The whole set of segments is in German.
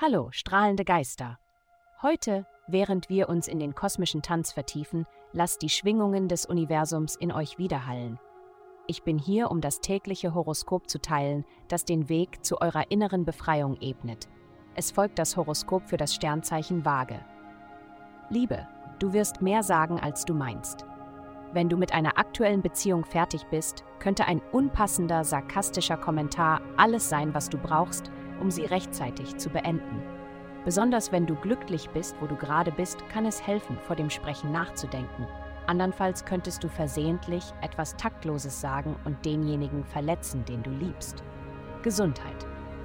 Hallo, strahlende Geister. Heute, während wir uns in den kosmischen Tanz vertiefen, lasst die Schwingungen des Universums in euch widerhallen. Ich bin hier, um das tägliche Horoskop zu teilen, das den Weg zu eurer inneren Befreiung ebnet. Es folgt das Horoskop für das Sternzeichen Waage. Liebe, du wirst mehr sagen, als du meinst. Wenn du mit einer aktuellen Beziehung fertig bist, könnte ein unpassender, sarkastischer Kommentar alles sein, was du brauchst, um sie rechtzeitig zu beenden. Besonders wenn du glücklich bist, wo du gerade bist, kann es helfen, vor dem Sprechen nachzudenken. Andernfalls könntest du versehentlich etwas Taktloses sagen und denjenigen verletzen, den du liebst. Gesundheit.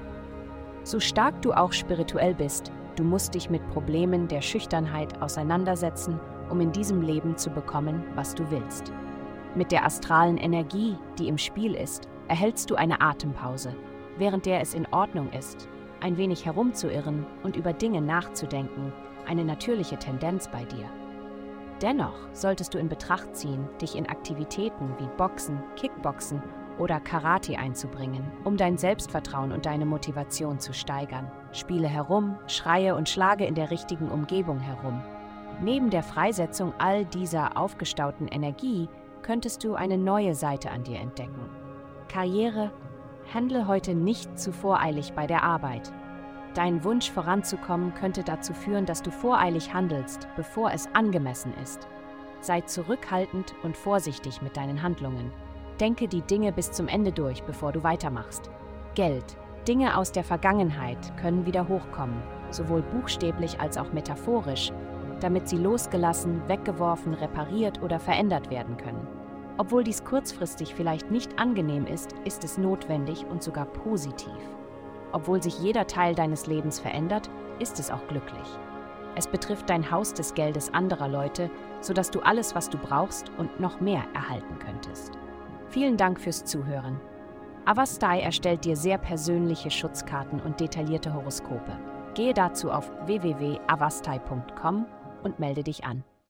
So stark du auch spirituell bist, du musst dich mit Problemen der Schüchternheit auseinandersetzen, um in diesem Leben zu bekommen, was du willst. Mit der astralen Energie, die im Spiel ist, erhältst du eine Atempause, während der es in Ordnung ist, ein wenig herumzuirren und über Dinge nachzudenken, eine natürliche Tendenz bei dir. Dennoch solltest du in Betracht ziehen, dich in Aktivitäten wie Boxen, Kickboxen oder Karate einzubringen, um dein Selbstvertrauen und deine Motivation zu steigern. Spiele herum, schreie und schlage in der richtigen Umgebung herum. Neben der Freisetzung all dieser aufgestauten Energie könntest du eine neue Seite an dir entdecken. Karriere: Handle heute nicht zu voreilig bei der Arbeit. Dein Wunsch voranzukommen könnte dazu führen, dass du voreilig handelst, bevor es angemessen ist. Sei zurückhaltend und vorsichtig mit deinen Handlungen. Denke die Dinge bis zum Ende durch, bevor du weitermachst. Geld: Dinge aus der Vergangenheit können wieder hochkommen, sowohl buchstäblich als auch metaphorisch, damit sie losgelassen, weggeworfen, repariert oder verändert werden können. Obwohl dies kurzfristig vielleicht nicht angenehm ist, ist es notwendig und sogar positiv. Obwohl sich jeder Teil deines Lebens verändert, ist es auch glücklich. Es betrifft dein Haus des Geldes anderer Leute, sodass du alles, was du brauchst und noch mehr erhalten könntest. Vielen Dank fürs Zuhören. Avastai erstellt dir sehr persönliche Schutzkarten und detaillierte Horoskope. Gehe dazu auf www.avastai.com und melde dich an.